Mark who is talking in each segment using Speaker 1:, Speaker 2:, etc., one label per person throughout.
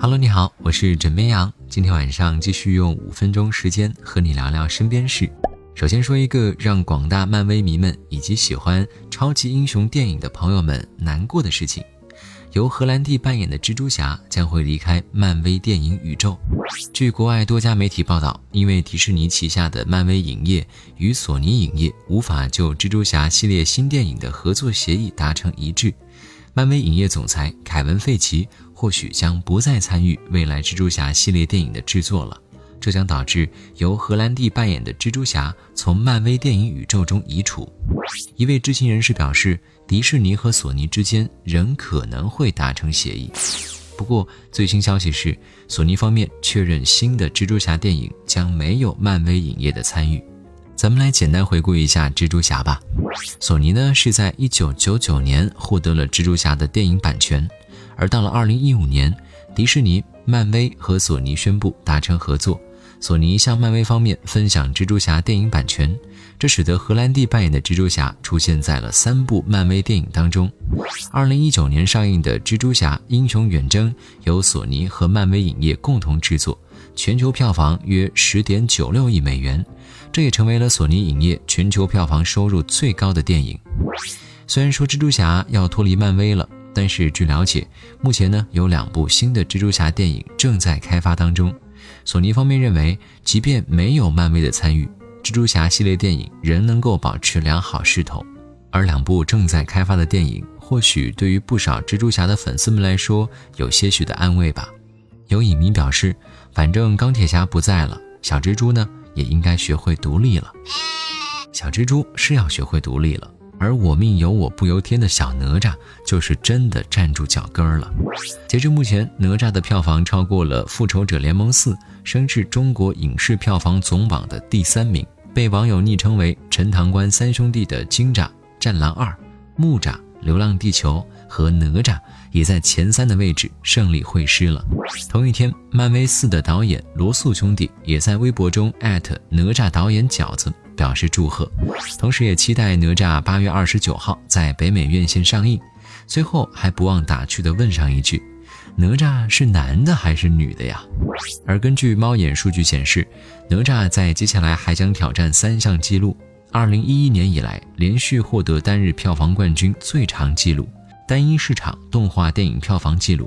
Speaker 1: Hello， 你好，我是枕边羊。今天晚上继续用5分钟时间和你聊聊身边事。首先说一个让广大漫威迷们以及喜欢超级英雄电影的朋友们难过的事情。由荷兰弟扮演的蜘蛛侠将会离开漫威电影宇宙。据国外多家媒体报道，因为迪士尼旗下的漫威影业与索尼影业无法就蜘蛛侠系列新电影的合作协议达成一致，漫威影业总裁凯文·费奇或许将不再参与未来蜘蛛侠系列电影的制作了，这将导致由荷兰弟扮演的蜘蛛侠从漫威电影宇宙中移除。一位知情人士表示，迪士尼和索尼之间仍可能会达成协议。不过最新消息是，索尼方面确认新的蜘蛛侠电影将没有漫威影业的参与。咱们来简单回顾一下蜘蛛侠吧。索尼呢是在1999年获得了蜘蛛侠的电影版权，而到了2015年，迪士尼、漫威和索尼宣布达成合作，索尼向漫威方面分享蜘蛛侠电影版权，这使得荷兰弟扮演的蜘蛛侠出现在了3部漫威电影当中。2019年上映的蜘蛛侠英雄远征由索尼和漫威影业共同制作，全球票房约 10.96 亿美元，这也成为了索尼影业全球票房收入最高的电影。虽然说蜘蛛侠要脱离漫威了，但是据了解，目前呢有2部新的蜘蛛侠电影正在开发当中。索尼方面认为，即便没有漫威的参与，蜘蛛侠系列电影仍能够保持良好势头。而2部正在开发的电影，或许对于不少蜘蛛侠的粉丝们来说有些许的安慰吧。有影迷表示，反正钢铁侠不在了，小蜘蛛呢也应该学会独立了。小蜘蛛是要学会独立了，而我命由我不由天的小哪吒就是真的站住脚跟了。截至目前，哪吒的票房超过了复仇者联盟4，升至中国影视票房总榜的第3名，被网友昵称为陈塘关3兄弟的金吒、战狼2、木吒、流浪地球和哪吒也在前3的位置胜利会师了。同一天，漫威4的导演罗素兄弟也在微博中哪吒导演饺子表示祝贺，同时也期待哪吒8月29号在北美院线上映。最后还不忘打趣地问上一句，哪吒是男的还是女的呀？而根据猫眼数据显示，哪吒在接下来还将挑战3项纪录。2011年以来连续获得单日票房冠军最长纪录，单一市场动画电影票房纪录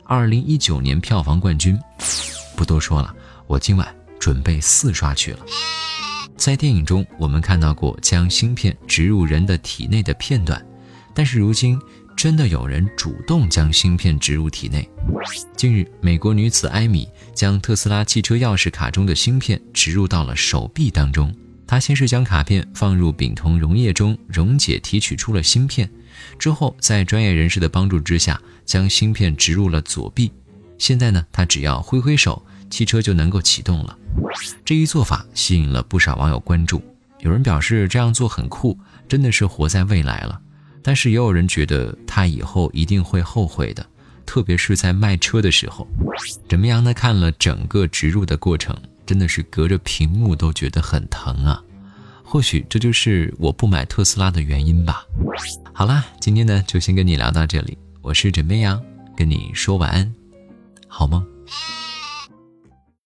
Speaker 1: ，2019年票房冠军。不多说了，我今晚准备4刷去了。在电影中，我们看到过将芯片植入人的体内的片段，但是如今真的有人主动将芯片植入体内。近日，美国女子艾米将特斯拉汽车钥匙卡中的芯片植入到了手臂当中。她先是将卡片放入丙酮溶液中溶解提取出了芯片，之后在专业人士的帮助之下将芯片植入了左臂。现在呢，她只要挥挥手，汽车就能够启动了。这一做法吸引了不少网友关注，有人表示这样做很酷，真的是活在未来了。但是也有人觉得他以后一定会后悔的，特别是在卖车的时候。怎么样呢？看了整个植入的过程，真的是隔着屏幕都觉得很疼啊。或许这就是我不买特斯拉的原因吧。好啦，今天呢就先跟你聊到这里，我是枕边羊，跟你说晚安，好梦。